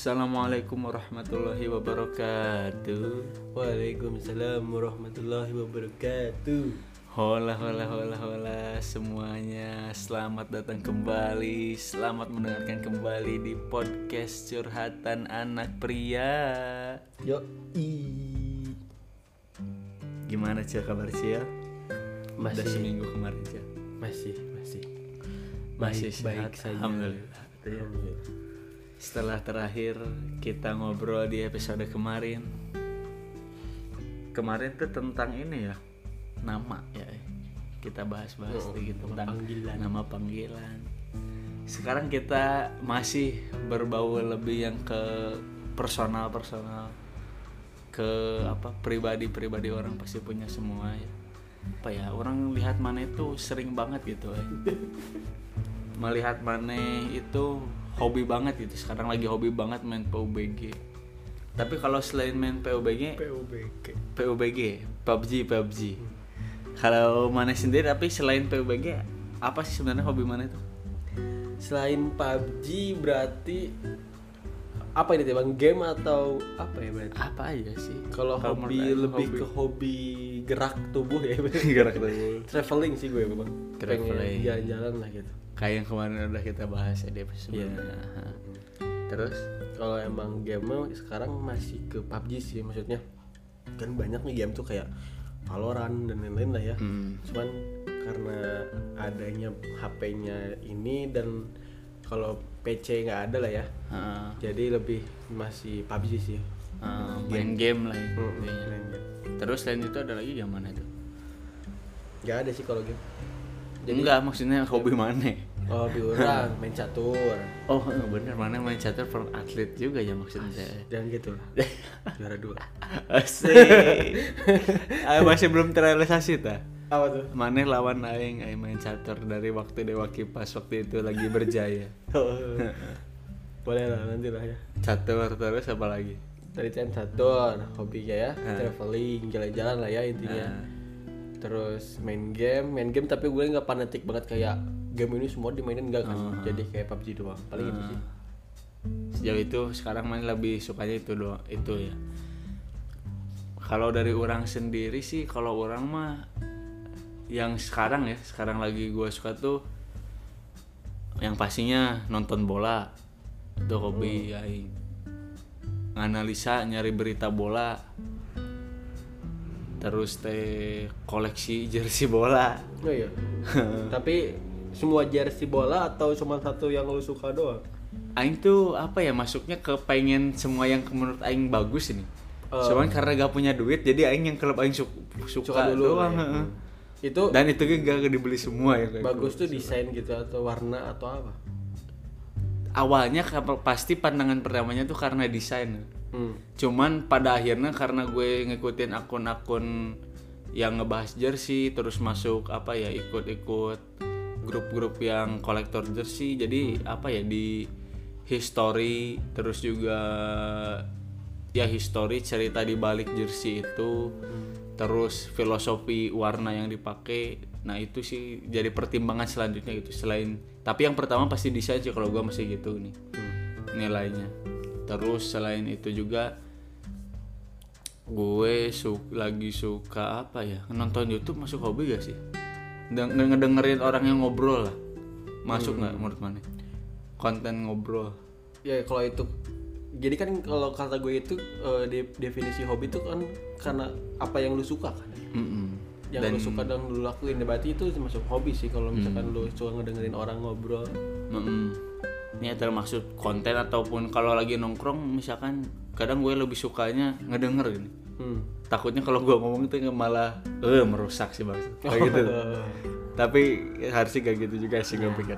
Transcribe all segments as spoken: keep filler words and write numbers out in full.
Assalamualaikum warahmatullahi wabarakatuh. Waalaikumsalam warahmatullahi wabarakatuh. Hola hola hola hola semuanya, selamat datang kembali, selamat mendengarkan kembali di podcast curhatan anak pria. Yo i. Gimana Cil kabar Cil? Masih Udah seminggu kemarin Cil. Masih masih Masih baik, sehat, baik saja. Alhamdulillah. Alhamdulillah. Setelah terakhir kita ngobrol di episode kemarin, kemarin tuh tentang ini ya, nama ya, kita bahas-bahas Oh, sedikit nama tentang panggilan. nama panggilan. Sekarang kita masih berbau lebih yang ke personal-personal, ke apa pribadi-pribadi orang pasti punya semua ya. Apa ya, orang lihat mana itu sering banget gitu ya. Melihat mana itu hobi banget gitu. Sekarang lagi hobi banget main P U B G. Tapi kalau selain main P U B G, P U B G. P U B G, P U B G, P U B G. Kalau mana sendiri, tapi selain P U B G, apa sih sebenarnya hobi mana itu? Selain P U B G berarti apa ini Bang? Game atau apa ya berarti? Apa aja sih? Kalau Kalau hobi menurut lebih hobi. ke hobi gerak tubuh ya. Gerak tubuh. Traveling sih gue Bang. Traveling. Pengen jalan-jalan lah gitu. Kayak yang kemarin udah kita bahas ya di episode Iya. sebelumnya. Terus? Kalau emang game sekarang masih ke P U B G sih, maksudnya kan banyak nih game tuh kayak Valorant dan lain-lain lah ya. Hmm. Cuman karena adanya H P-nya ini dan kalau P C nggak ada lah ya, Uh, jadi lebih masih P U B G sih. uh, main game lah ya. Hmm, intinya. main game. Terus selain itu ada lagi yang mana tuh? Nggak ada sih kalau game. Enggak, maksudnya hobi mana? Oh, hobi orang main catur. Oh bener, mana main catur per atlet juga ya maksudnya. Jangan gitu lah. Juara dua. Asik. Ah, masih belum terrealisasi ta? Apa tuh? Mana lawan aing aing main catur dari waktu Dewa Kipas waktu itu lagi berjaya. Boleh lah nanti lah ya. Catur terus apa lagi? Tadi kan catur, hobinya ya, Ah. traveling, jalan-jalan lah ya intinya. Ah. Terus main game, main game tapi gue nggak fanatik banget kayak game ini semua dimainin enggak kan. Ah. Jadi kayak P U B G doang. Paling itu sih. Sejauh itu sekarang main lebih sukanya itu doang itu ya. Kalau dari orang sendiri sih, kalau orang mah yang sekarang ya, sekarang lagi gue suka tuh yang pastinya nonton bola. Itu hobi aing. Nganalisa, nyari berita bola. Terus teh koleksi jersey bola. Oh iya. Tapi semua jersey bola atau cuma satu yang lu suka doang? Aing tuh apa ya, masuknya ke pengen semua yang menurut aing bagus ini. Oh. Cuman karena gak punya duit, jadi aing yang klub aing su- suka, Suka dulu doang. ya. heeh. Itu Dan itu gak dibeli semua ya. kayak bagus klub. tuh desain gitu atau warna atau apa? Awalnya ka- pasti pandangan pertamanya tuh karena desain. Hmm. Cuman pada akhirnya karena gue ngikutin akun-akun yang ngebahas jersey, terus masuk apa ya, ikut-ikut grup-grup yang kolektor jersey, jadi apa ya, di history, terus juga ya history cerita di balik jersey itu, terus filosofi warna yang dipakai. Nah itu sih jadi pertimbangan selanjutnya gitu. Selain, tapi yang pertama pasti desain sih kalau gue masih gitu nih nilainya. Terus selain itu juga gue su- lagi suka apa ya, nonton YouTube. Masuk hobi gak sih? Deng- ngedengerin orang yang ngobrol lah, masuk nggak menurut mana? Konten ngobrol. Ya kalau itu, jadi kan kalau kata gue itu eh, de- definisi hobi itu kan karena apa yang lu suka kan. Mm-mm. Yang Dan lu suka dan lu lakuin, berarti itu masuk hobi sih kalau misalkan lu suka ngedengerin orang ngobrol. mm-mm. Ini termasuk konten ataupun kalau lagi nongkrong misalkan, kadang gue lebih sukanya ngedenger gini. Hmm. Takutnya kalau gue ngomong itu malah eh merusak sih bang. Kayak gitu. Tapi harusnya gak gitu juga sih gue pikir.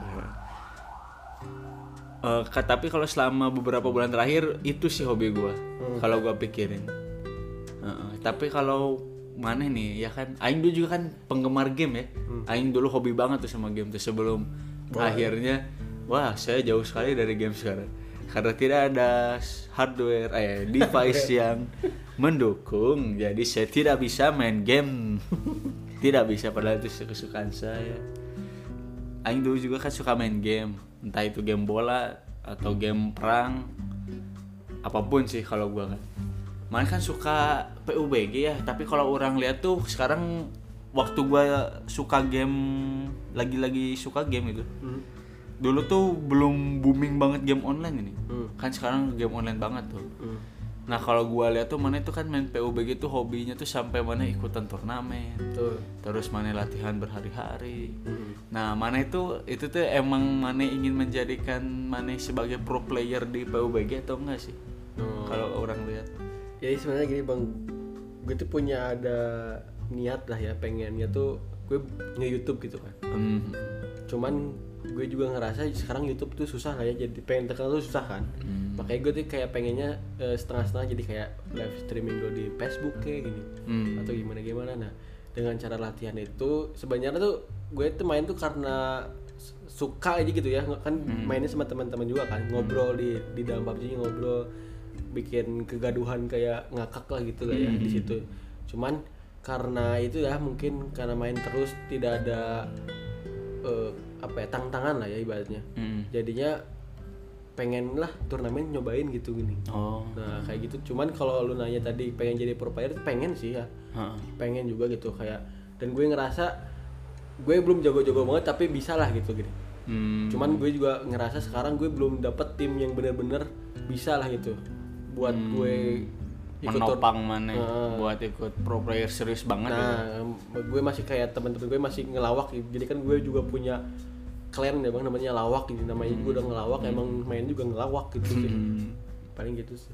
Eh, ka- tapi kalau selama beberapa bulan terakhir itu sih hobi gue. Kalau gue pikirin. Heeh. Tapi kalau mana nih ya kan, aing dulu juga kan penggemar game ya. Aing dulu hobi banget tuh sama game tuh sebelum akhirnya wah saya jauh sekali dari game sekarang. Karena tidak ada hardware, eh device yang mendukung, jadi saya tidak bisa main game. Tidak bisa, padahal itu kesukaan saya. Aing dulu juga kan suka main game, entah itu game bola atau game perang. apapun sih kalau gua kan. Mana kan suka P U B G ya, tapi kalau orang lihat tuh sekarang waktu gua suka game, lagi-lagi suka game gitu. Hmm. Dulu tuh belum booming banget game online ini. Hmm. Kan sekarang game online banget tuh. Hmm. Nah, kalau gua lihat tuh mana itu kan main P U B G tuh hobinya tuh sampai mana ikutan turnamen. Tuh. Terus mana latihan berhari-hari. Hmm. Nah, mana itu itu tuh emang mana ingin menjadikan mana sebagai pro player di P U B G atau enggak sih? Hmm. Kalau orang lihat. Jadi sebenarnya gini Bang, gue tuh punya ada niat lah ya, pengennya tuh gue nge-YouTube gitu kan. Hmm. Cuman gue juga ngerasa sekarang YouTube tuh susah lah ya, jadi pengen terkenal tuh susah kan. Hmm. Makanya gue tuh kayak pengennya uh, setengah-setengah, jadi kayak live streaming gue di Facebook kayak gini. Hmm. Atau gimana-gimana. Nah, dengan cara latihan itu sebenarnya tuh gue tuh main tuh karena suka aja gitu ya. Kan hmm. mainnya sama teman-teman juga kan, ngobrol di di dalam P U B G, ngobrol, bikin kegaduhan kayak ngakak lah gitu lah ya hmm. di situ. Cuman karena itu ya, mungkin karena main terus tidak ada uh, apa ya, tantangan lah ya ibaratnya. Hmm. Jadinya pengen lah turnamen nyobain gitu gini. Oh. Nah kayak gitu. Cuman kalau lu nanya tadi pengen jadi pro player, pengen sih ya. Huh. Pengen juga gitu kayak. Dan gue ngerasa gue belum jago-jago banget tapi bisa lah gitu gini. Hmm. Cuman gue juga ngerasa sekarang gue belum dapet tim yang benar-benar bisa lah gitu buat hmm. gue ikut menopang mana uh, buat ikut pro player serius banget. Nah, gitu. Gue masih kayak teman-teman gue masih ngelawak gitu. Jadi kan gue juga punya klan ya Bang, namanya lawak gitu. Namanya hmm. gue udah ngelawak, hmm. emang main juga ngelawak gitu sih. Hmm. Paling gitu sih.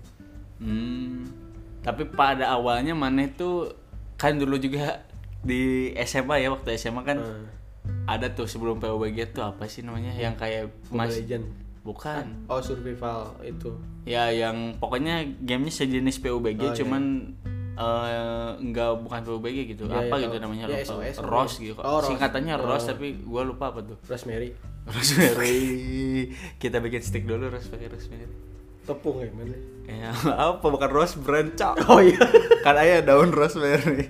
Hmm. Tapi pada awalnya mana itu kan dulu juga di S M A ya, waktu S M A kan uh. ada tuh sebelum P U B G tuh apa sih namanya yang kayak Mas Legend. Bukan. Oh, survival itu. Ya, yang pokoknya gamenya sejenis P U B G, oh, cuman iya. uh, enggak bukan P U B G gitu. Ya, apa ya, gitu namanya? Ya, lupa. S O S, Rose gitu. Oh, singkatannya Rose, oh. Tapi gua lupa apa tuh. Rosemary. Rosemary. Kita bikin stick dulu Rose pakai Rosemary. Tepung ya, mana? Ya, apa bukan Rose brand, Cok. Oh iya. Kan aya daun Rosemary.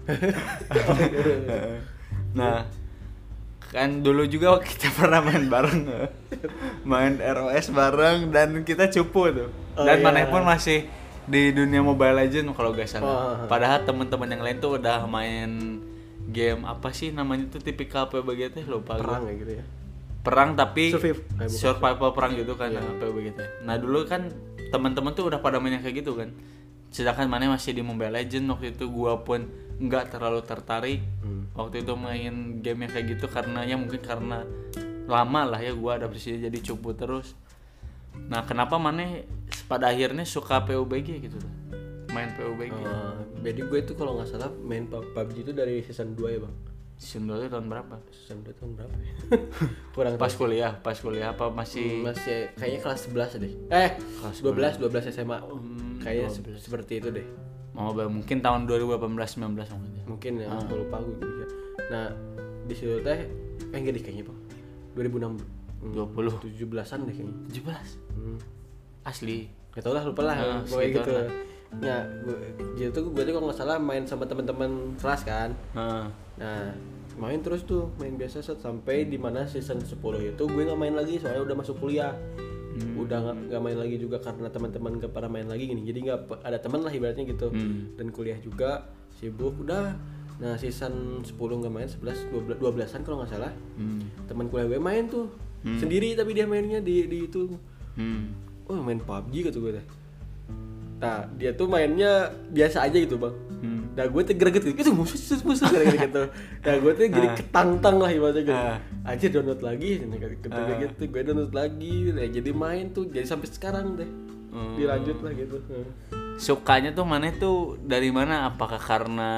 Nah, kan dulu juga kita pernah main bareng, main R O S bareng dan kita cupu tuh. Oh, dan iya. Mana pun masih di dunia Mobile Legends kalau gak salah. Oh, padahal teman-teman yang lain tuh udah main game apa sih namanya tuh tipikal P U B G teh, lupa gue. Perang gitu ya. Perang tapi Survive. survival perang gitu kan, yeah. P U B G teh. Nah dulu kan teman-teman tuh udah pada main kayak gitu kan. Sedangkan mana masih di Mobile Legends waktu itu, gua pun nggak terlalu tertarik hmm. waktu itu main game yang kayak gitu, karena ya mungkin karena lama lah ya gua adaptasi jadi cupu terus. Nah kenapa mana pada akhirnya suka P U B G gitu tuh, main P U B G. Uh, jadi gue itu kalau nggak salah main P U B G itu dari season dua ya Bang. Season dua itu tahun berapa? Season dua tahun berapa ya? Kurang pas tahu. kuliah, pas kuliah apa masih? Hmm, masih kayaknya kelas sebelas deh. Eh, kelas dua belas, dua belas S M A. Hmm, kayaknya se- seperti itu deh. Oh, mungkin tahun dua ribu delapan belas sembilan belas mungkin. Mungkin ya, ah. aku lupa gue juga. Nah, di situ teh eh enggak deh kayaknya, Bang. dua ribu enam belas dua puluh tujuh belasan deh kayaknya. tujuh belas. Hmm. Asli. Enggak tahu lah, lupa lah. Nah, gue gitu. Lah. Ya, gue gitu gue tuh kalau enggak salah main sama teman-teman kelas kan. Heeh. Nah, main terus tuh, main biasa set sampai di mana season sepuluh itu gue enggak main lagi soalnya udah masuk kuliah. Hmm. Udah nggak main lagi juga karena teman-teman gak pada main lagi gini, jadi nggak ada teman lah ibaratnya gitu. Hmm. Dan kuliah juga sibuk udah. Nah season sepuluh nggak main, sebelas dua belasan kalau nggak salah. Hmm. Teman kuliah gue main tuh hmm. sendiri, tapi dia mainnya di di itu. Hmm. Oh main P U B G gitu gue deh. Nah dia tuh mainnya biasa aja gitu Bang. Hmm. Nah gue tuh greget gitu, itu musuh musuh kayak gitu. Nah gue tuh jadi ketantang lah ibaratnya gitu. Aja download lagi, ketika uh. gitu gue download lagi, nah, jadi main tuh, jadi sampai sekarang deh. Hmm. Dilanjut lah gitu. Sukanya tuh mana tuh dari mana? Apakah karena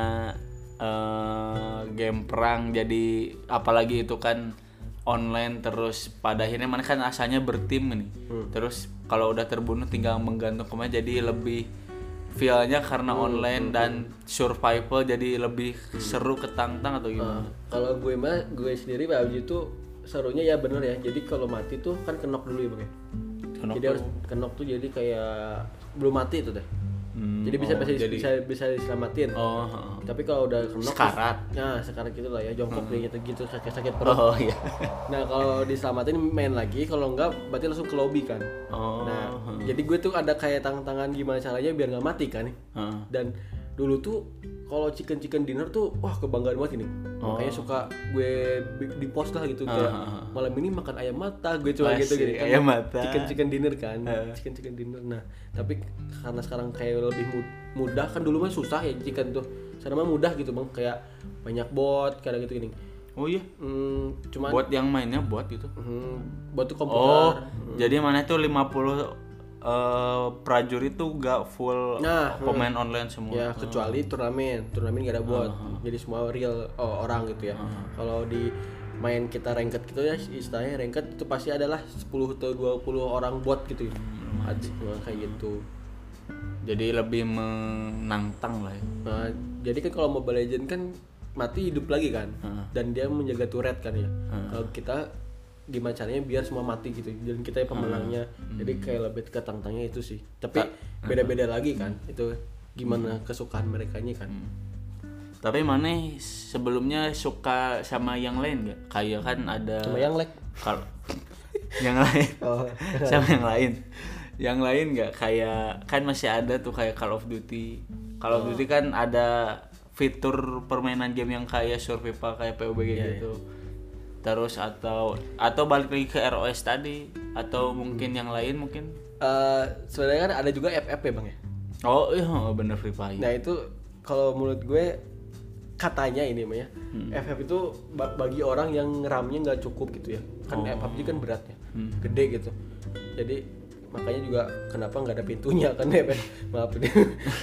uh, game perang, jadi apalagi itu kan online, terus pada akhirnya mana kan asalnya bertim nih. Hmm. Terus kalau udah terbunuh tinggal menggantung kemana, jadi lebih feel-nya karena hmm, online hmm, dan survival jadi lebih hmm. seru, ketantang atau gimana? Uh, kalau gue mah gue sendiri P U B G itu serunya ya bener ya. Jadi kalau mati tuh kan kenok dulu ya Bang ya. Kenok jadi tuh. Harus kenok tuh, jadi kayak belum mati itu deh. Hmm, jadi bisa oh, bisa, jadi... bisa bisa diselamatin. Oh, uh, tapi kalau udah kenok sekarat. Nah, sekarat gitu lah ya, jongkok Hmm. gitu gitu sakit-sakit perut. Oh iya. Nah, kalau diselamatin main lagi, kalau enggak berarti langsung ke lobby kan. Oh. Nah, uh. jadi gue tuh ada kayak tantangan gimana caranya biar nggak mati kan. Uh. Dan dulu tuh kalau chicken chicken dinner tuh wah kebanggaan banget ini. Oh. Makanya suka gue di post lah gitu kayak uh. malam ini makan ayam mata, gue coba Masih, gitu gitu kan. ayam mata. Chicken chicken dinner kan. Uh. Chicken chicken dinner. Nah, tapi karena sekarang kayak lebih mudah kan, dulu mah susah ya chicken tuh. Sekarang mah mudah gitu Bang, kayak banyak bot kayak gitu gini. Oh iya. Hmm, cuman Buat yang mainnya buat gitu. Hmm, buat tuh komputer. Oh, hmm. jadi mana tuh lima puluh uh, prajurit tuh gak full Nah, pemain hmm. online semua. Ya, kecuali turnamen. Turnamen gak ada bot. Uh-huh. Jadi semua real oh, orang gitu ya. Uh-huh. Kalau di main kita ranked gitu ya, istilahnya ranked itu pasti adalah sepuluh atau dua puluh orang bot gitu. Hmm, Ada kayak gitu. Jadi lebih menantang lah ya. Nah, jadi kan kalau Mobile Legends kan mati hidup lagi kan. Uh-huh. Dan Dan dia menjaga turret kan ya. Uh-huh. Kalau kita gimana caranya biar semua mati gitu, dan kita yang pemenangnya. Uh-huh. Jadi kayak lebih ke tantangnya itu sih. Tapi uh-huh. beda-beda lagi kan. Itu gimana uh-huh. kesukaan merekanya kan. Hmm. Tapi mana sebelumnya suka sama yang lain gak? Kayak kan ada Sama yang lag. Kalau yang lain. Oh. Sama yang lain. Yang lain nggak kayak kan masih ada tuh kayak Call of Duty. Call of Oh. Duty kan ada fitur permainan game yang kayak survival kayak P U B G Yeah, gitu. Terus atau atau balik lagi ke R O S tadi atau mungkin yang lain mungkin. Uh, sebenarnya kan ada juga F F ya Bang ya. Oh iya bener Free Fire. Nah itu kalau menurut gue katanya ini mah ya, Hmm. F F itu ba- bagi orang yang RAM-nya nggak cukup gitu ya. Kan Oh. P U B G kan beratnya, Hmm. gede gitu. Jadi makanya juga kenapa nggak ada pintunya kan ya, maaf ini.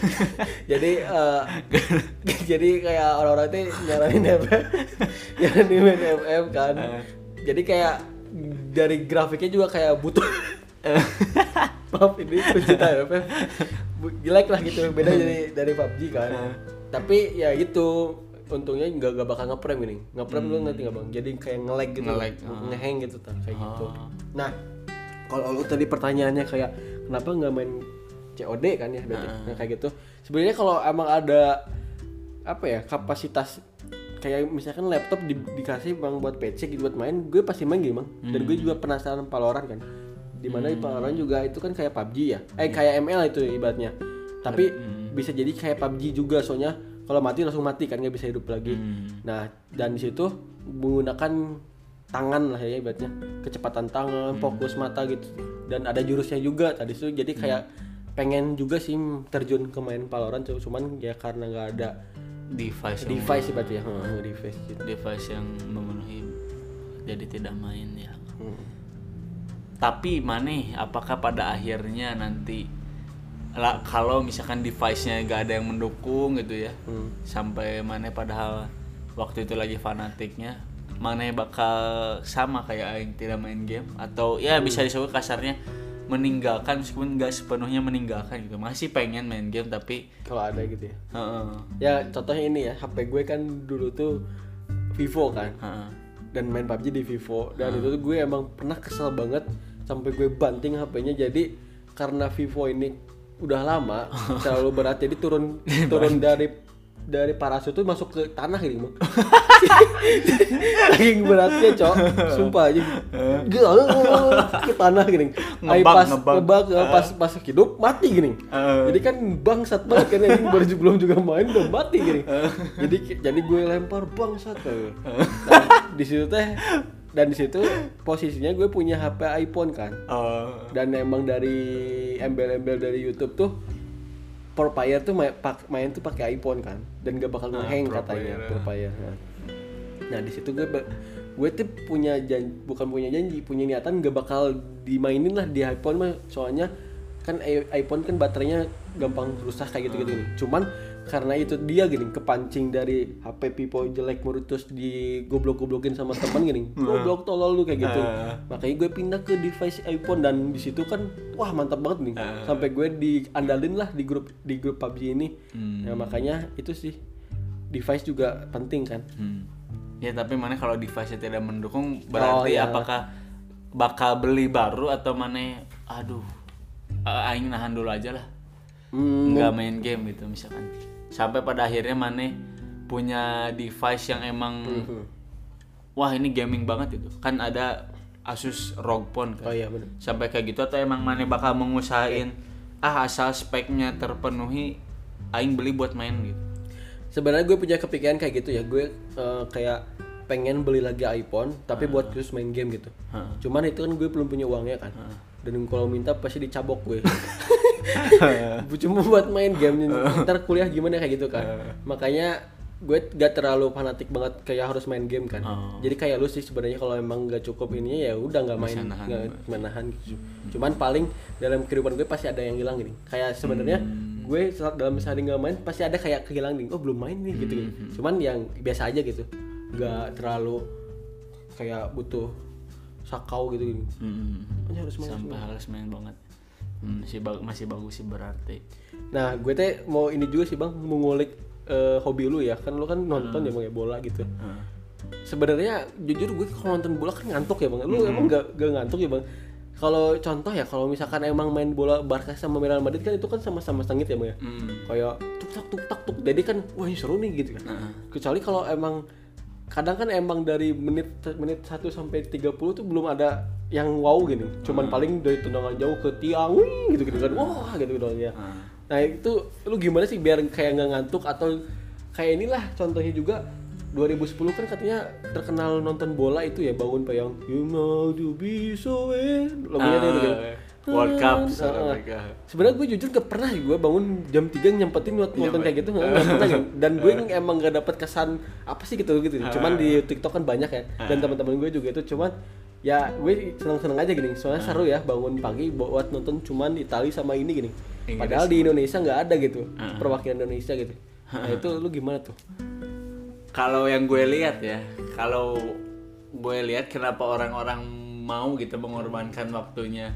Jadi uh, jadi kayak orang-orang itu nyaranin F F, nyaranin main F F kan. Uh. Jadi kayak dari grafiknya juga kayak butuh. Maaf ini pencinta F F jelek lah gitu, beda dari dari P U B G kan. Uh. Tapi ya gitu, untungnya nggak nggak bakal ngeprem ini, ngeprem Hmm. lu ngerti nggak Bang? Jadi kayak nge-lag gitu, Nge-lag, uh. ngehang gitu kan kayak Oh. gitu. Nah kalau lu tadi pertanyaannya kayak kenapa nggak main C O D kan ya berarti, Uh. nah, kayak gitu. Sebenarnya kalau emang ada apa ya kapasitas kayak misalkan laptop di, dikasih bang buat P C gitu buat main, gue pasti main gitu Bang. Dan gue juga penasaran Valorant kan, dimana di Valorant juga itu kan kayak P U B G ya, eh kayak M L itu ibaratnya. Tapi Hmm. bisa jadi kayak P U B G juga, soalnya kalau mati langsung mati kan, nggak bisa hidup lagi. Hmm. Nah dan di situ menggunakan tangan lah ya ibaratnya, kecepatan tangan, Hmm. fokus mata gitu, dan ada jurusnya juga tadi itu. Jadi kayak pengen juga sih terjun ke main Valorant, cuman ya karena nggak ada device yang device sih berarti ya, hmm, device gitu. device yang memenuhi jadi tidak main ya. Hmm. Tapi maneh apakah pada akhirnya nanti lah, kalau misalkan device-nya gak ada yang mendukung gitu ya, Hmm. sampai maneh padahal waktu itu lagi fanatiknya, maneh bakal sama kayak aing tidak main game atau ya Hmm. bisa disebut kasarnya meninggalkan, meskipun gak sepenuhnya meninggalkan gitu, masih pengen main game tapi Kalau ada gitu ya. heeh, Ya contohnya ini ya, H P gue kan dulu tuh Vivo kan, heeh. dan main P U B G di Vivo, dan itu tuh gue emang pernah kesel banget sampai gue banting H P-nya. Jadi karena Vivo ini udah lama terlalu berat, jadi turun turun dari dari parasut tuh masuk ke tanah gitu Bang. Saking beratnya cok, sumpah aja ke tanah gini. Ay, Ngebug, pas ngebug. ngebug, pas pas hidup mati gini. Uh. Jadi kan bangsat banget kan, ini baru belum juga main udah mati gini. Jadi jadi gue lempar bangsat. Dan di situ teh dan di situ posisinya gue punya H P iPhone kan. Oh. Dan emang dari embel-embel dari YouTube tuh pro player tuh main, pak, main tuh pakai iPhone kan, dan gak bakal Nah, ngehang pro katanya player. pro player. Nah, nah di situ gue ba- gue tuh punya janji, bukan punya janji, punya niatan gak bakal dimainin lah di iPhone mah, soalnya kan i- iPhone kan baterainya gampang rusak kayak gitu-gitu nih. Cuman karena itu dia gini kepancing dari H P Vivo jelek menurut, terus di goblok-goblokin sama teman gini, goblok tolol lu kayak gitu. Uh. Makanya gue pindah ke device iPhone, dan di situ kan wah mantap banget nih. Uh. Sampai gue diandalin lah di grup di grup P U B G ini. Hmm. Nah, makanya itu sih device juga penting kan. Hmm. Ya tapi mana kalau device-nya tidak mendukung berarti Oh, iya. apakah bakal beli baru atau mana aduh uh, aing nahan dulu aja lah. Hmm. nggak main game gitu misalkan. Sampai pada akhirnya Mane punya device yang emang Mhm. wah ini gaming banget itu. Kan ada Asus R O G Phone kan. Oh iya benar. Sampai kayak gitu atau emang Mane bakal mengusahain ah asal speknya terpenuhi aing beli buat main gitu. Sebenarnya gue punya kepikiran kayak gitu ya. Gue uh, kayak pengen beli lagi iPhone tapi Ah. buat khusus main game gitu. Ah. Cuman itu kan gue belum punya uangnya kan. Dan kalau minta pasti dicabok gue. Cuma buat main game, ntar kuliah gimana kayak gitu kan. Makanya gue gak terlalu fanatik banget kayak harus main game kan. Oh. Jadi kayak lu sih sebenarnya kalau emang gak cukup ininya ya udah nggak main, Bisa nahan. nggak menahan gitu. Cuman paling dalam kehidupan gue pasti ada yang hilang gini. Kayak sebenarnya Hmm. gue saat dalam sehari nggak main pasti ada kayak kehilangan nih. Oh belum main nih gitu. gitu. Hmm. Cuman yang biasa aja gitu. Gak terlalu kayak butuh sakau gitu. gitu. Hmm. Ini harus main. Sampai harus main banget. Hmm, masih, ba- masih bagus sih berarti. Nah, gue teh mau ini juga sih bang, mau ngulik eh, hobi lu ya, kan lu kan nonton ya bang ya bola gitu. Hmm. Sebenarnya jujur gue kalau nonton bola kan ngantuk ya bang. Lu emang gak, gak ngantuk ya bang? Kalau contoh ya, kalau misalkan emang main bola Barca sama Real Madrid kan itu kan sama-sama sengit ya bang ya. Hmm. Kayak tuk tak tuk tak tuk, jadi kan wah ini seru nih gitu kan. Heeh. Kecuali kalau emang kadang kan emang dari menit menit satu sampai tiga puluh tuh belum ada yang wow gini. Cuman paling dari tendangan jauh ke tiang wih, gitu gitu kan. Wah gitu doang ya. Hmm. Nah itu lu gimana sih biar kayak nggak ngantuk atau kayak inilah contohnya juga dua ribu sepuluh kan katanya terkenal nonton bola itu ya bangun payung you know to be so well lagunya Ah, itu kan. World Cup Ah, suara ah. mereka. Sebenarnya gue jujur gak pernah gue bangun jam tiga nyempetin buat nonton kayak gitu nggak pernah gitu. Dan gue emang gak dapet kesan apa sih gitu gitu. Cuman di TikTok kan banyak ya dan teman-teman gue juga itu cuman ya gue seneng-seneng aja gini. Soalnya seru ya bangun pagi buat nonton cuman Italia sama ini gini. Inggris. Padahal di Indonesia nggak ada gitu perwakilan Indonesia gitu. Nah itu lu gimana tuh? Kalau yang gue lihat ya, kalau gue lihat kenapa orang-orang mau gitu mengorbankan waktunya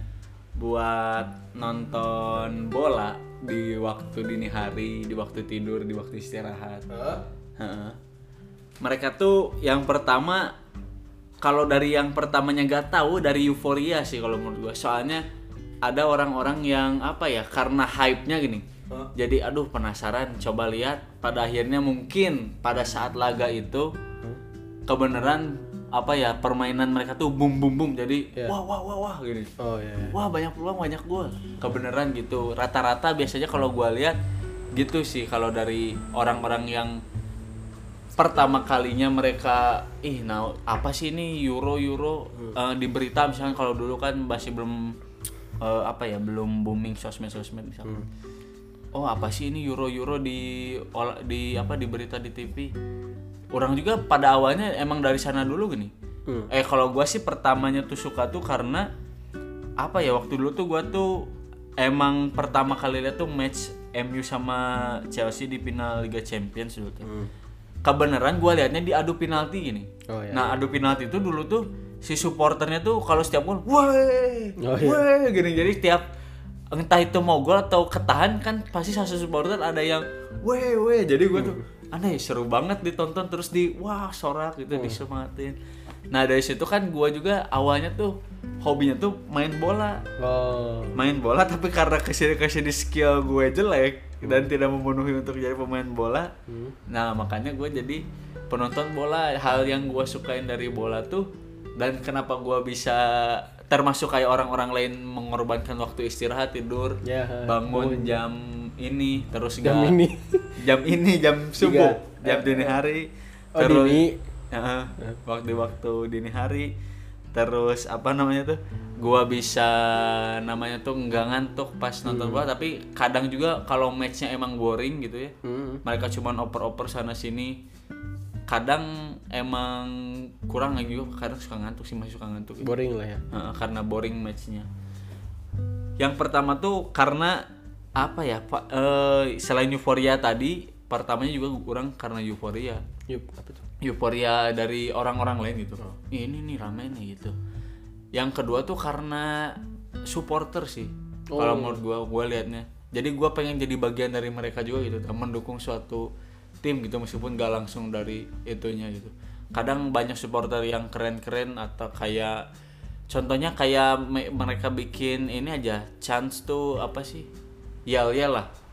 buat nonton bola di waktu dini hari, di waktu tidur, di waktu istirahat. Heeh. Mereka tuh yang pertama, kalau dari yang pertamanya gak tahu, dari euforia sih kalau menurut gue. Soalnya ada orang-orang yang apa ya, karena hype-nya gini. Jadi aduh penasaran, coba lihat. Pada akhirnya mungkin pada saat laga itu kebenaran apa ya, permainan mereka tuh boom boom boom. Jadi Yeah. wah wah wah wah gini. Oh iya. Wah banyak peluang, banyak gol. Kebenaran gitu. Rata-rata biasanya kalau gua lihat gitu sih, kalau dari orang-orang yang pertama kalinya mereka ih nah apa sih ini Euro Euro eh, di berita misalnya, kalau dulu kan masih belum eh, apa ya, belum booming sosmed-sosmed misalnya. Oh apa sih ini Euro Euro di ola- di apa di berita di T V. Orang juga pada awalnya emang dari sana dulu gini. Hmm. Eh kalau gua sih pertamanya tuh suka tuh karena apa ya, waktu dulu tuh gua tuh emang pertama kali lihat tuh match M U sama Chelsea di final Liga Champions dulu tuh. Hmm. Kebenaran gua liatnya di adu penalti gini. Oh, iya. Nah adu penalti itu dulu tuh si supporternya tuh kalau setiap gol, weh, Oh, iya. weh, gini. Jadi setiap entah itu mau gol atau ketahan kan pasti satu supporter ada yang weh weh. Jadi gua tuh aneh, seru banget ditonton, terus di wah sorak gitu disemangatin. Nah dari situ kan gua juga awalnya tuh hobinya tuh main bola. Oh. Main bola tapi karena kesini kesini skill gue jelek dan tidak memenuhi untuk jadi pemain bola. Nah makanya gue jadi penonton bola. Hal yang gue sukain dari bola tuh, dan kenapa gue bisa termasuk kayak orang-orang lain mengorbankan waktu istirahat, tidur, Ya, bangun jam ini, terus Jam nggak- ini. jam ini jam subuh, Tiga. jam dini hari. Oh, dini. Heeh, waktu-waktu dini hari. Terus apa namanya tuh, gua bisa namanya tuh nggak ngantuk pas nonton bola. Tapi kadang juga kalau matchnya emang boring gitu ya, Hmm. mereka cuman oper-oper sana sini, kadang emang kurang lagi juga. Kadang suka ngantuk sih, masih suka ngantuk gitu. Boring lah ya. Heeh, karena boring matchnya. Yang pertama tuh karena apa ya Pak, eh, selain euforia tadi, pertamanya juga kurang karena euforia Yup, apa tuh? euforia dari orang-orang lain gitu loh. Ini nih rame nih gitu. Yang kedua tuh karena supporter sih. Oh. Kalau menurut gua, gua liatnya. Jadi gua pengen jadi bagian dari mereka juga gitu, dan mendukung suatu tim gitu meskipun gak langsung dari itunya gitu. Kadang banyak supporter yang keren-keren atau kayak contohnya kayak me- mereka bikin ini aja chance tuh apa sih? Yel-yel lah.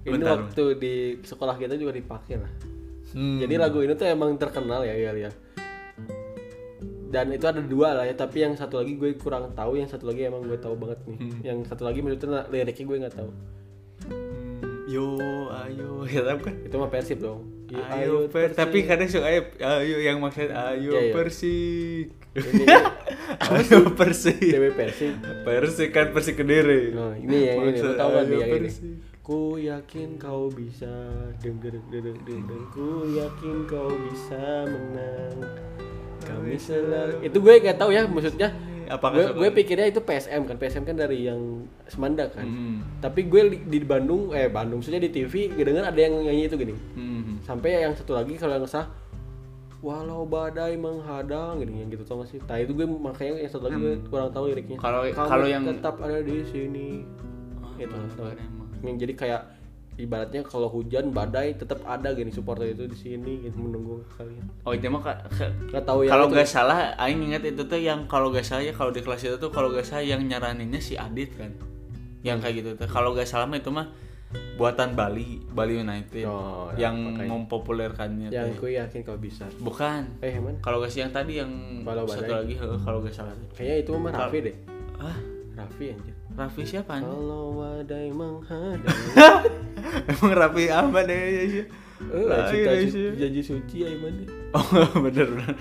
ini Bentar, waktu di sekolah kita juga dipakai lah. Hmm. Jadi lagu ini tuh emang terkenal ya ya ya. Dan itu ada dua lah ya, tapi yang satu lagi gue kurang tahu, yang satu lagi emang gue tahu banget nih. Hmm. Yang satu lagi maksudnya liriknya gue nggak tahu. Hmm. Yo ayo ya tahu kan? Itu mah Persib dong. Ayo, ayo Persik. Tapi kadang suka ayo, ayo yang maksud ayo ya, ya. Persik. Ini ayo Persik. Dewi Persik. Persik kan Persik Kediri. Oh, ini yang ini, lo tahu kan dia yang ini. Ku yakin kau bisa denger denger denger. Ku yakin kau bisa menang. Kami selalu. Itu gue nggak tahu ya maksudnya. Gue, gue pikirnya itu P S M kan, P S M kan dari yang Semanda kan. Mm. Tapi gue di, di Bandung, eh Bandung, maksudnya di T V, gue denger ada yang nyanyi itu gini. Mm. Sampai yang satu lagi kalau yang salah, walau badai menghadang, gini, yang gitu tau gak sih? Nah itu gue makanya yang satu lagi mm. gue kurang tahu liriknya. Kalau kalau yang tetap ada di sini, oh, gitu. Yang jadi kayak ibaratnya kalau hujan badai tetap ada gini supporter itu di sini gitu menunggu kalian. Oh itu mah nggak tahu ya. Kalau nggak salah, aing ingat itu tuh yang kalau nggak salah ya kalau di kelas itu tuh kalau nggak salah yang nyaraninnya si Adit kan, yang kayak gitu tuh. Kalau nggak salah mah itu mah buatan Bali, Bali United oh, yang ya, mempopulerkannya. Yang gue yakin kau bisa. Bukan. Eh mana? Kalau nggak sih yang tadi yang Walau satu badai. Lagi kalau nggak salah. Kayaknya itu mah Raffi deh. Ah, Raffi anjir. Raffi siapa nih? Kalau badai menghadang. Emang Raffi apa deh ya sih? Eh, janji suci ya Iman. Oh, bener bener.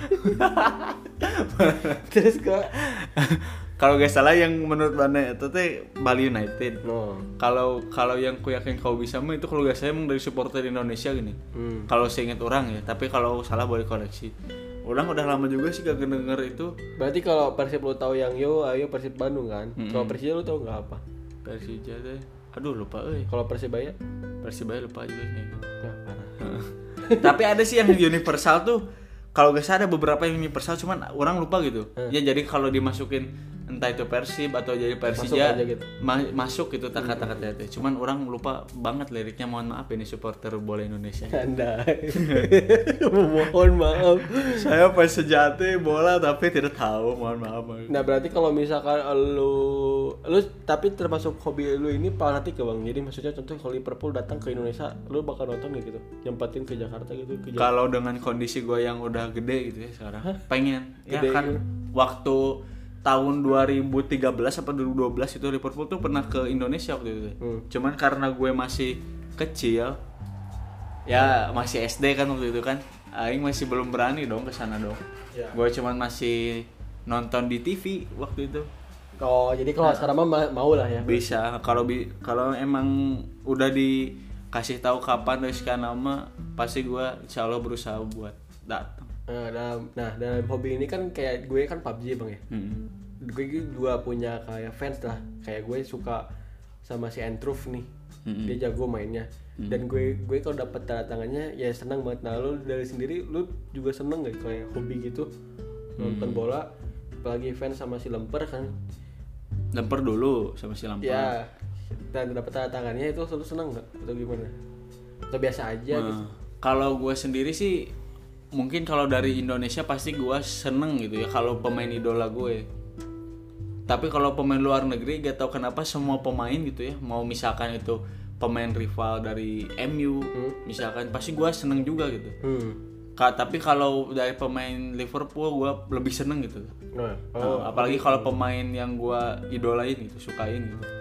Terus kok kalau gak salah yang menurut Bane itu teh Bali United. Oh. Kalau kalau yang ku yakin kau bisa mah itu kalau gak salah emang dari supporter Indonesia gini. Hmm. Kalau saya ingat orang ya, tapi kalau salah boleh koreksi. Orang udah lama juga sih gak denger itu. Berarti kalau Persib lo tahu yang yo ayo Persib Bandung kan? Mm-hmm. Kalau Persija lo tahu nggak apa? Persija deh. Aduh lupa euy. Kalau Persibaya? Persibaya lupa juga kayaknya. Ya, parah. Tapi ada sih yang universal tuh. Kalau gak salah ada beberapa yang universal cuman orang lupa gitu. Hmm. Ya jadi kalau dimasukin entah itu Persib atau jadi Persija masuk, gitu. ma- masuk gitu kata-kata itu. Cuman orang lupa banget liriknya, mohon maaf ini supporter bola Indonesia. Anda. Mohon maaf. Saya fans sejati bola tapi tidak tahu, mohon maaf. Nah, berarti kalau misalkan lu lu tapi termasuk hobi lu ini fanatik ya, Bang. Jadi maksudnya contoh kalau Liverpool datang ke Indonesia, lu bakal nonton gitu. Nyempatin ke Jakarta gitu ke Jakarta. Kalau dengan kondisi gue yang udah gede gitu ya sekarang. Hah? Pengen. Ya gede kan gitu. Waktu tahun dua ribu tiga belas atau dua ribu dua belas itu Liverpool tuh pernah ke Indonesia waktu itu. Hmm. Cuman karena gue masih kecil, ya masih S D kan waktu itu kan, aing masih belum berani dong ke sana dong. Ya. Gue cuman masih nonton di T V waktu itu. Oh, jadi kalau nah, sekarang mah mau lah ya. Bisa. Kalau bi- kalau emang udah dikasih tahu kapan dari sekian lama, pasti gue insyaallah berusaha buat datang. Nah dalam, nah dalam hobi ini kan kayak gue kan P U B G Bang ya. Hmm. Gue juga punya kayak fans lah. Kayak gue suka sama si Entruff nih. Hmm. Dia jago mainnya. Hmm. Dan gue gue kalau dapat tanda tangannya ya senang banget. Nah lu dari sendiri lu juga seneng gak kayak hobi gitu nonton hmm. bola, apalagi fans sama si Lemper kan. Lemper dulu sama si Lemper. Ya. Dan dapat tanda tangannya itu lu seneng gak atau gimana? Atau biasa aja nah, gitu. Kalau gue sendiri sih mungkin kalau dari Indonesia pasti gue seneng gitu ya kalau pemain idola gue. Tapi kalau pemain luar negeri gak tau kenapa semua pemain gitu ya, mau misalkan itu pemain rival dari M U hmm. misalkan pasti gue seneng juga gitu. Hmm. Ka- tapi kalau dari pemain Liverpool gue lebih seneng gitu. Nah, oh, nah, apalagi kalau pemain yang gue idolain gitu, sukain gitu.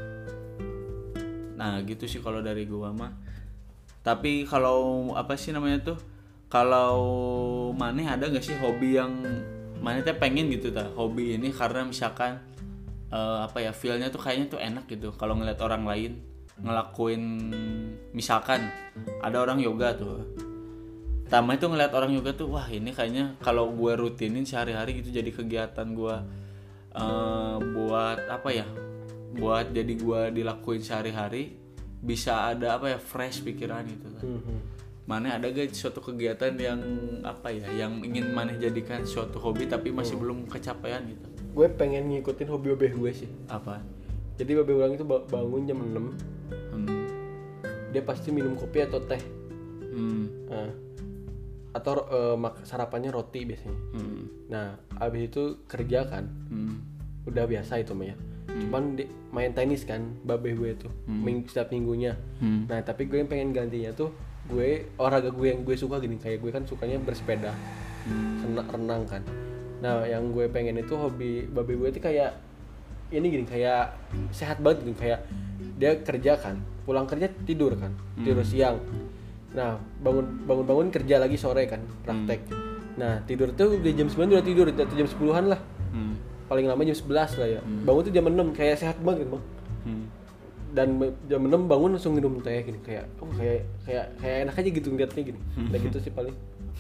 Nah gitu sih kalau dari gue mah. Tapi kalau apa sih namanya tuh? Kalau maneh ada gak sih hobi yang maneh teh pengen gitu ta? Hobi ini karena misalkan uh, apa ya feel-nya tuh kayaknya tuh enak gitu kalau ngeliat orang lain ngelakuin, misalkan ada orang yoga tuh. Pertama itu ngeliat orang yoga tuh wah ini kayaknya kalau gue rutinin sehari-hari gitu jadi kegiatan gue uh, buat apa ya? Buat jadi gue dilakuin sehari-hari bisa ada apa ya fresh pikiran gitu kan. Mm-hmm. Mana ada gak suatu kegiatan yang apa ya yang ingin maneh jadikan suatu hobi tapi masih hmm. belum kecapaian gitu? Gue pengen ngikutin hobi babeh gue sih. Apa? Jadi babeh orang itu bangun jam enam. Hmm. Dia pasti minum kopi atau teh. Hmm. Nah, atau uh, mak- sarapannya roti biasanya. Hmm. Nah, abis itu kerja kan. Hmm. Udah biasa itu mah ya. hmm. cuman di, main tenis kan babe gue tuh hmm. ming, setiap minggunya. Hmm. Nah tapi gue yang pengen gantinya tuh gue olahraga gue yang gue suka gini, kayak gue kan sukanya bersepeda, hmm. renang kan. Nah yang gue pengen itu hobi babe gue itu kayak ini gini, kayak sehat banget gini, kayak dia kerja kan, pulang kerja tidur kan, hmm. tidur siang. Nah bangun bangun bangun kerja lagi sore kan, praktek. Hmm. Nah tidur tuh udah jam sembilan udah tidur, udah jam sepuluhan lah. Hmm. Paling lama jam sebelas lah ya. Hmm. Bangun tuh jam enam, kayak sehat banget gitu bang. Hmm. Dan jam enam bangun langsung minum teh gini, kayak oh kayak kayak kayak enak aja gitu ngeliatnya gini. Hmm. Udah gitu sih paling.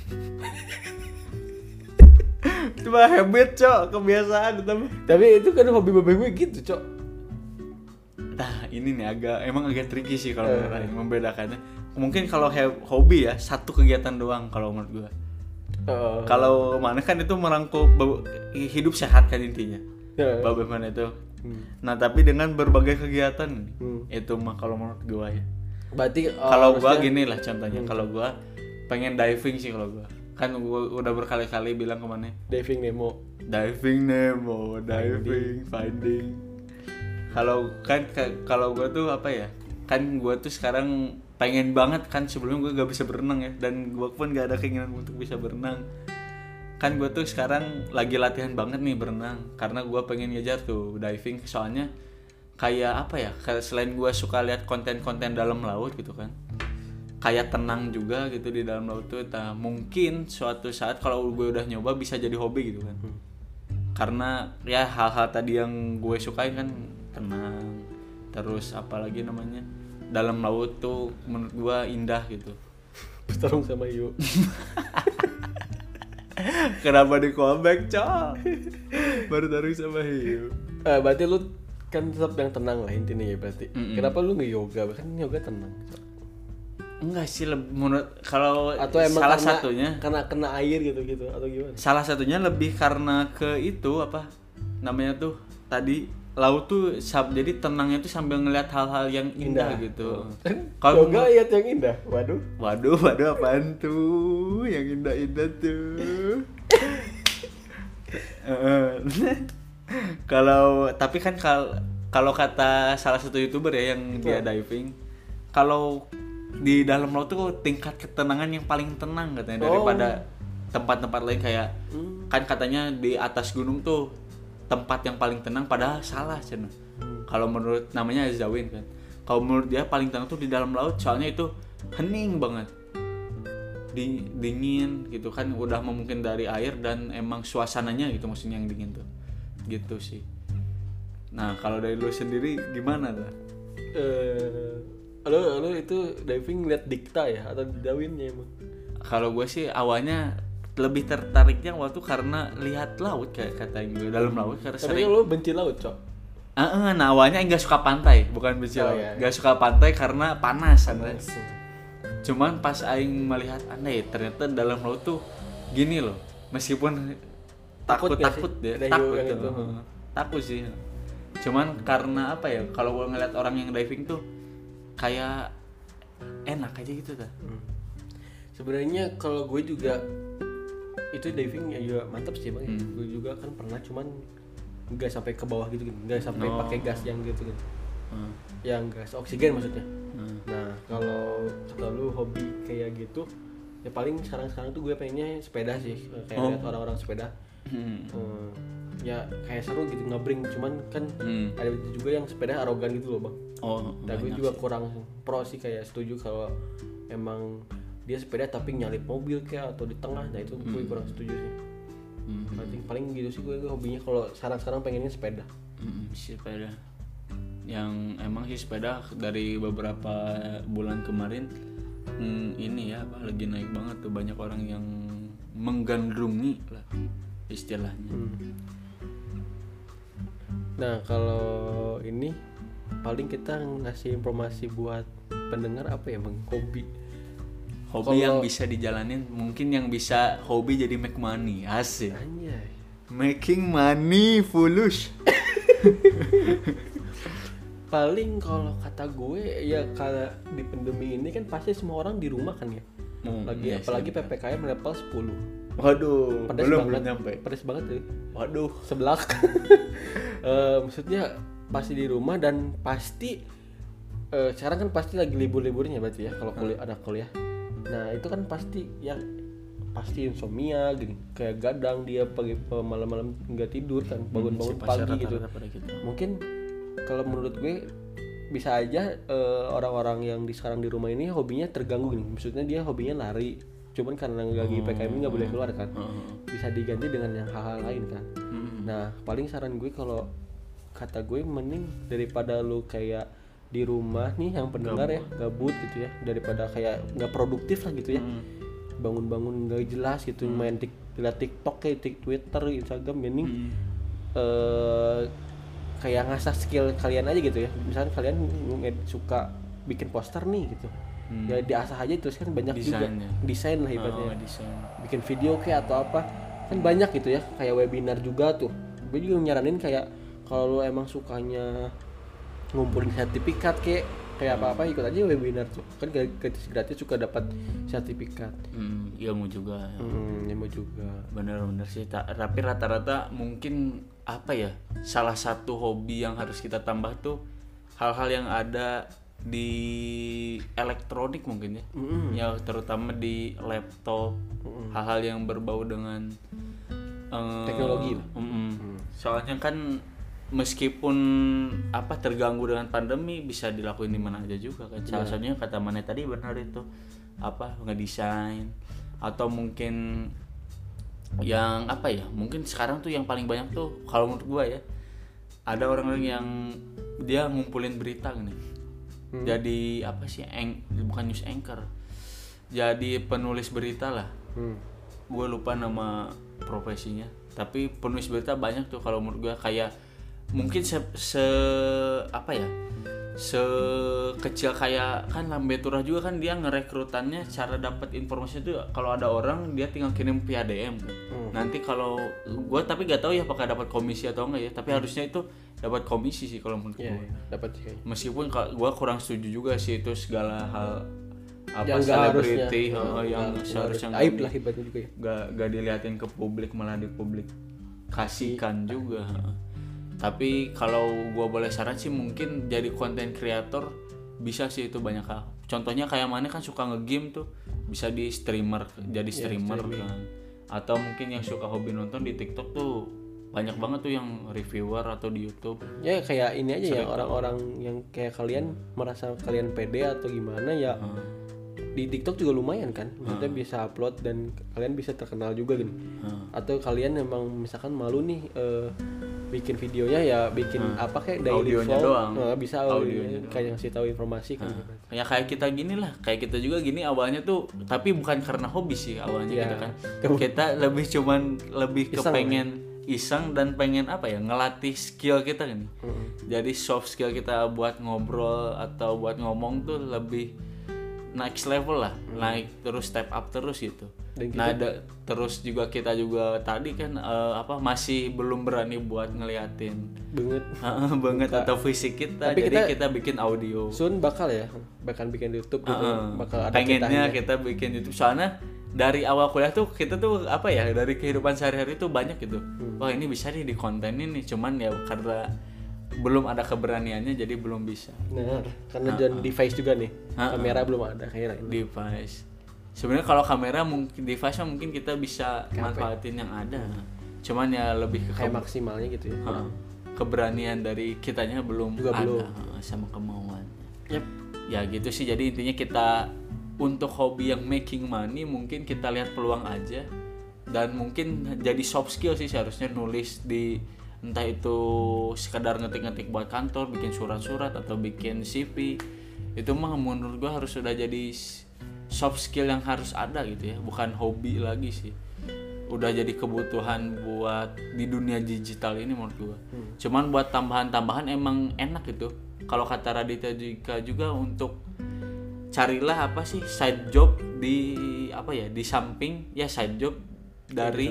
Itu mah habit cok, kebiasaan tapi. Tapi itu kan hobi babe gue gitu cok. Nah ini nih agak emang agak tricky sih kalau uh. membedakannya. Mungkin kalau hobi ya satu kegiatan doang kalau menurut gue. Uh. Kalau mana kan itu merangkup hidup sehat kan intinya. Uh. Babe mana itu. Hmm. Nah tapi dengan berbagai kegiatan hmm. itu mah kalau menurut gue ya. Berarti oh, kalau gue gini lah contohnya, hmm. kalau gue pengen diving sih kalau gue. Kan gue udah berkali-kali bilang kemana? Diving Nemo. Diving Nemo, diving, finding. Kalau kan kalau gue tuh apa ya? Kan gue tuh sekarang pengen banget kan, sebelumnya gue gak bisa berenang ya, dan gue pun gak ada keinginan untuk bisa berenang. Kan gue tuh sekarang lagi latihan banget nih berenang, karena gue pengen ngejar tuh diving. Soalnya kayak apa ya, selain gue suka lihat konten-konten dalam laut gitu kan, kayak tenang juga gitu di dalam laut tuh. Nah, mungkin suatu saat kalau gue udah nyoba bisa jadi hobi gitu kan. Hmm. Karena ya hal-hal tadi yang gue sukain kan tenang, terus apalagi namanya dalam laut tuh menurut gue indah gitu. Bertarung sama hiu. Kenapa di callback cok? Bertarung sama hiu. Eh, berarti lu kan tetap yang tenang lah intinya ya berarti. Mm-mm. Kenapa lu nggak yoga? Kan yoga tenang. Enggak sih, menurut kalau atau emang salah karena, satunya karena kena air gitu-gitu atau gimana? Salah satunya lebih karena ke itu apa namanya tuh tadi laut tuh sab, jadi tenangnya tuh sambil ngeliat hal-hal yang indah, indah. Gitu. Kalau yoga lihat yang indah, waduh. Waduh, waduh apaan tuh yang indah-indah tuh. Kalau tapi kan kalau kalau kata salah satu YouTuber ya yang dia diving, kalau di dalam laut tuh tingkat ketenangan yang paling tenang katanya oh. daripada tempat-tempat lain kayak hmm. kan katanya di atas gunung tuh tempat yang paling tenang, padahal salah cina. Hmm. Kalau menurut namanya Zawin kan, kalau menurut dia paling tenang tuh di dalam laut, soalnya itu hening banget, di dingin gitu kan, udah mungkin dari air dan emang suasananya gitu maksudnya yang dingin tuh, gitu sih. Nah kalau dari lu sendiri gimana tuh? Uh, lo lo itu diving liat dikta ya atau dawinnya emang? Kalau gue sih awalnya lebih tertariknya waktu karena lihat laut kayak katanya gue dalam laut karena tapi sering. Tapi lo benci laut cok? Uh, nah awalnya nggak suka pantai, bukan benci oh, laut, nggak iya, iya. suka pantai karena panas, panas. Cuman pas aing melihat aneh ternyata dalam laut tuh gini loh, meskipun takut takut deh, takut gitu. Gitu. Takut sih. Cuman karena apa ya, kalau gue ngeliat orang yang diving tuh kayak enak aja gitu dah. Hmm. Sebenarnya kalau gue juga itu diving ya juga mantap sih bang. Hmm. Gue juga kan pernah, cuman nggak sampai ke bawah gitu, nggak sampai no. pakai gas yang gitu gitu. Hmm. Yang gas oksigen maksudnya. Hmm. Nah kalau kata lu hobi kayak gitu, ya paling sekarang-sekarang tuh gue pengennya sepeda sih, kayak oh. lihat orang-orang sepeda. Hmm. Hmm. Ya kayak seru gitu ngabring, cuman kan hmm. ada juga yang sepeda arogan gitu loh bang. Oh. Nah gue juga sih. Kurang pro sih, kayak setuju kalau emang dia sepeda tapi nyalip mobil kayak atau di tengah, nah itu gue hmm. kurang setuju sih. Hmm. Paling paling gitu sih gue, gue hobinya kalau sekarang-sekarang pengennya sepeda. Hmm, sepeda. Yang emang sih sepeda dari beberapa bulan kemarin hmm, ini ya lagi naik banget tuh, banyak orang yang menggandrungi lah istilahnya. Hmm. Nah kalau ini paling kita ngasih informasi buat pendengar apa ya bang, hobi hobi kalo... yang bisa dijalanin, mungkin yang bisa hobi jadi make money, asik. Anjay. Making money fulus. Paling kalau kata gue ya kalau di pandemi ini kan pasti semua orang di rumah kan ya. Hmm, lagi iya, apalagi P P K M level sepuluh. Waduh, pedas belum banget, belum nyampe. Pedas banget ya. Waduh, sebelah. uh, maksudnya pasti di rumah dan pasti uh, sekarang kan pasti lagi libur-liburnya berarti ya kalau kuliah ada kuliah. Nah itu kan pasti ya pasti insomnia gini, kayak gadang dia pagi malam-malam nggak tidur kan, bangun-bangun hmm, pagi gitu. gitu. Mungkin kalau menurut gue bisa aja uh, orang-orang yang di sekarang di rumah ini hobinya terganggu gini. Maksudnya dia hobinya lari, cuman karena lagi P K M nggak boleh keluar kan, bisa diganti dengan yang hal-hal lain kan. Nah paling saran gue kalau kata gue mending daripada lu kayak di rumah nih yang pendengar ya gabut gitu ya, daripada kayak nggak produktif lah gitu ya, bangun-bangun nggak jelas gitu, main tik lihat TikTok kayak tik Twitter, Instagram, mending hmm. uh, kayak ngasah skill kalian aja gitu ya. Misalnya kalian suka bikin poster nih gitu, hmm. ya diasah aja terus kan banyak Desainnya. juga desain lah ibaratnya, oh, bikin video kayak atau apa kan banyak gitu ya, kayak webinar juga tuh. Gue juga nyaranin kayak kalau lu emang sukanya ngumpulin sertifikat kayak kayak apa-apa ikut aja webinar tuh kan gratis-gratis suka dapat sertifikat. Hmm, ilmu juga. Ya. Hmm, ilmu juga. Bener-bener sih. Tapi rata-rata mungkin apa ya? Salah satu hobi yang harus kita tambah tuh hal-hal yang ada di elektronik mungkin ya. Mm-hmm. Ya terutama di laptop, mm-hmm. hal-hal yang berbau dengan uh, teknologi. Mm-hmm. Mm-hmm. Soalnya kan meskipun apa terganggu dengan pandemi bisa dilakuin di mana aja juga kan. Salah satunya kata Mane tadi benar itu apa ngedesain atau mungkin yang apa ya, mungkin sekarang tuh yang paling banyak tuh kalau menurut gua ya ada orang-orang yang dia ngumpulin berita gini. Hmm. Jadi apa sih eng, bukan news anchor. Jadi penulis berita lah. Hmm. Gua lupa nama profesinya, tapi penulis berita banyak tuh kalau menurut gua, kayak mungkin se, se apa ya sekecil kayak kan Lambe Turah juga kan dia ngerekrutannya cara dapat informasi itu kalau ada orang dia tinggal kirim via D M kan. Hmm. Nanti kalau gue tapi gak tahu ya apakah dapat komisi atau enggak ya, tapi hmm. harusnya itu dapat komisi sih kalau menurut yeah, gue. Yeah, dapat sih. Meskipun gue kurang setuju juga sih itu segala hal apa selebriti oh, yang seharusnya aib lah ibaratnya juga ya. Gak gak dilihatin ke publik, malah di publik kasihkan juga. Tapi kalau gue boleh saran sih mungkin jadi konten kreator bisa sih, itu banyak hal. Contohnya kayak Mane kan suka nge-game tuh, bisa di streamer, jadi streamer ya, kan. Atau mungkin yang suka hobi nonton di TikTok tuh banyak banget tuh yang reviewer atau di YouTube. Ya kayak ini aja Cerita. ya orang-orang yang kayak kalian merasa kalian pede atau gimana ya. Hmm. Di TikTok juga lumayan kan, maksudnya hmm. bisa upload dan kalian bisa terkenal juga gini. Hmm. Atau kalian memang misalkan malu nih uh, bikin videonya ya bikin hmm. apa kayak daily audionya vlog doang. Nah, bisa audionya kayak ngasih tahu informasi kan. Hmm. Ya kayak kita gini lah, kayak kita juga gini awalnya tuh, tapi bukan karena hobi sih awalnya ya. Kita kan. Kita lebih cuman lebih iseng kepengen kan? Iseng dan pengen apa ya ngelatih skill kita kan. Hmm. Jadi soft skill kita buat ngobrol atau buat ngomong tuh lebih next level lah, hmm. naik terus step up terus gitu. Nah ada terus juga kita juga tadi kan uh, apa masih belum berani buat ngeliatin banget banget atau fisik kita. Tapi jadi kita, kita bikin audio. Soon bakal ya, bakal bikin YouTube gitu. Uh, bakal ada pengennya kita bikin YouTube soalnya dari awal kuliah tuh kita tuh apa ya dari kehidupan sehari-hari tuh banyak gitu. Hmm. Wah ini bisa nih dikontenin nih, cuman ya karena belum ada keberaniannya jadi belum bisa. Benar, karena dan device juga nih. Ha-ha. Kamera belum ada kayaknya. Device. Sebenarnya kalau kamera mungkin device mungkin kita bisa Kape. manfaatin yang ada. Cuman ya lebih ke kayak ke- maksimalnya gitu ya. Ha-ha. Keberanian dari kitanya belum juga ada belum. sama kemauan. Yep. Ya gitu sih, jadi intinya kita untuk hobi yang making money mungkin kita lihat peluang aja dan mungkin jadi soft skill sih seharusnya, nulis di entah itu sekedar ngetik-ngetik buat kantor, bikin surat-surat atau bikin C V, itu mah menurut gua harus sudah jadi soft skill yang harus ada gitu ya, bukan hobi lagi sih, udah jadi kebutuhan buat di dunia digital ini menurut gua. Hmm. Cuman buat tambahan-tambahan emang enak gitu. Kalau kata Raditya juga juga untuk carilah apa sih side job di apa ya di samping ya side job dari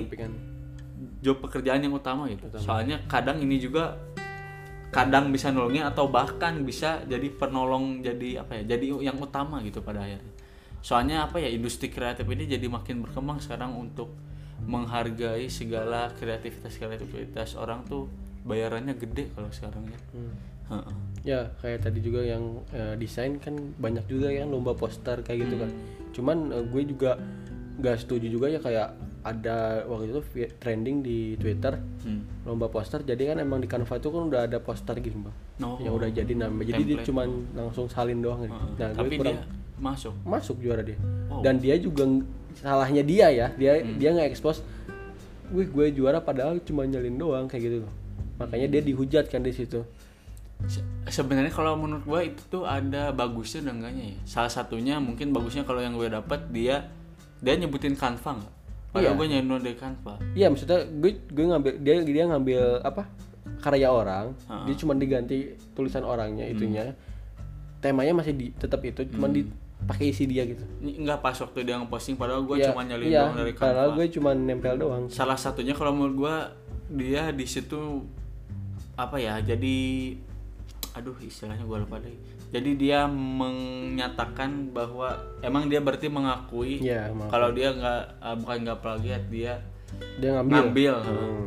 job pekerjaan yang utama gitu. Utama. Soalnya kadang ini juga kadang bisa nolongin atau bahkan bisa jadi penolong, jadi apa ya? Jadi yang utama gitu pada akhirnya. Soalnya apa ya industri kreatif ini jadi makin berkembang sekarang untuk menghargai segala kreativitas-kreativitas orang tuh bayarannya gede kalau sekarang ya. Hmm. Heeh. Ya kayak tadi juga yang uh, desain kan banyak juga yang lomba poster kayak gitu kan. Cuman uh, gue juga nggak setuju juga ya, kayak ada waktu itu trending di Twitter hmm. lomba poster, jadi kan emang di Canva itu kan udah ada poster gitu bang, oh, yang udah jadi nambah, jadi dia cuman langsung salin doang gitu. Uh, nah tapi gue kurang, dia masuk masuk juara dia. Oh. Dan dia juga salahnya dia ya, dia hmm. dia nggak expose gue gue juara padahal cuma nyalin doang kayak gitu loh. Makanya dia dihujat kan di situ. Se- sebenarnya kalau menurut gue itu tuh ada bagusnya dan enggaknya ya. Salah satunya mungkin bagusnya kalau yang gue dapat dia dia nyebutin Canva nggak? Padahal iya. gue nyari dari Canva. Iya, maksudnya gue gue ngambil dia dia ngambil apa karya orang, uh-huh. dia cuma diganti tulisan orangnya itunya. Hmm. Temanya masih di tetap itu, cuma hmm. dipakai isi dia gitu. Enggak pas waktu dia ngeposting, padahal gue ya, cuma nyalin iya, doang dari Canva. Padahal gue cuma nempel doang. Salah satunya kalau menurut gue dia di situ apa ya? Jadi aduh istilahnya gue lupa deh. Jadi dia menyatakan bahwa emang dia berarti mengakui ya, kalau dia nggak uh, bukan nggak plagiat, dia dia ngambil. ngambil. Hmm.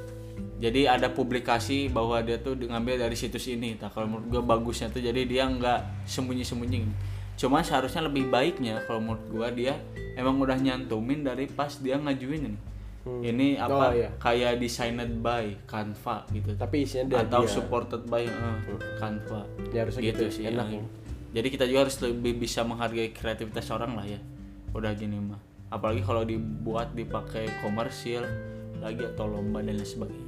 Jadi ada publikasi bahwa dia tuh ngambil dari situs ini. Nah kalau menurut gue bagusnya tuh jadi dia nggak sembunyi-sembunyi. Cuma seharusnya lebih baiknya kalau menurut gue dia emang udah nyantumin dari pas dia ngajuin ini. Hmm. Ini apa oh, iya. kayak designed by Canva gitu. Tapi isinya atau dia. supported by uh, Canva. Ya harusnya gitu, gitu sih. Enak. Ya. Jadi kita juga harus lebih bisa menghargai kreativitas orang lah ya. Udah gini mah. Apalagi kalau dibuat dipakai komersil lagi atau lomba dan lain sebagainya.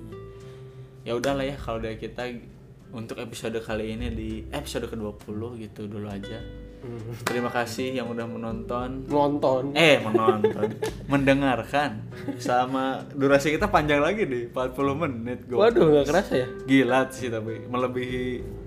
Ya udahlah ya kalau dari kita untuk episode kali ini di episode ke dua puluh gitu dulu aja. Mm. Terima kasih yang udah menonton. Nonton. Eh, menonton. Mendengarkan. Sama durasi kita panjang lagi nih, empat puluh menit. Go. Waduh, enggak kerasa ya? Gila sih tapi melebihi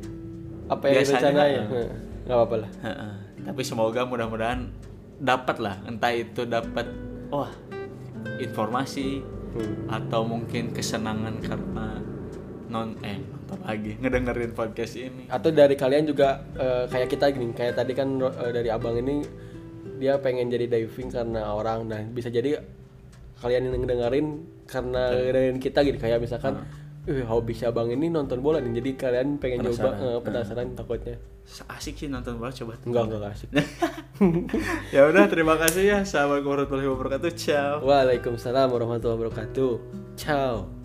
apa yang rencananya. Enggak apa-apa lah. Heeh. Tapi semoga mudah-mudahan dapat lah, entah itu dapat wah, informasi hmm. atau mungkin kesenangan karena non eh nonton lagi ngedengerin podcast ini, atau dari kalian juga uh, kayak kita gini, kayak tadi kan uh, dari abang ini dia pengen jadi diving karena orang, nah bisa jadi kalian yang ngedengerin karena dengerin kita gitu, kayak misalkan uh. uh, hobi si abang ini nonton bola nih, jadi kalian pengen penasaran. Coba uh, penasaran uh. takutnya asik sih nonton bola, coba enggak enggak asik. Ya udah, terima kasih ya. Assalamualaikum warahmatullahi wabarakatuh. Ciao. Waalaikumsalam warahmatullahi wabarakatuh. Ciao.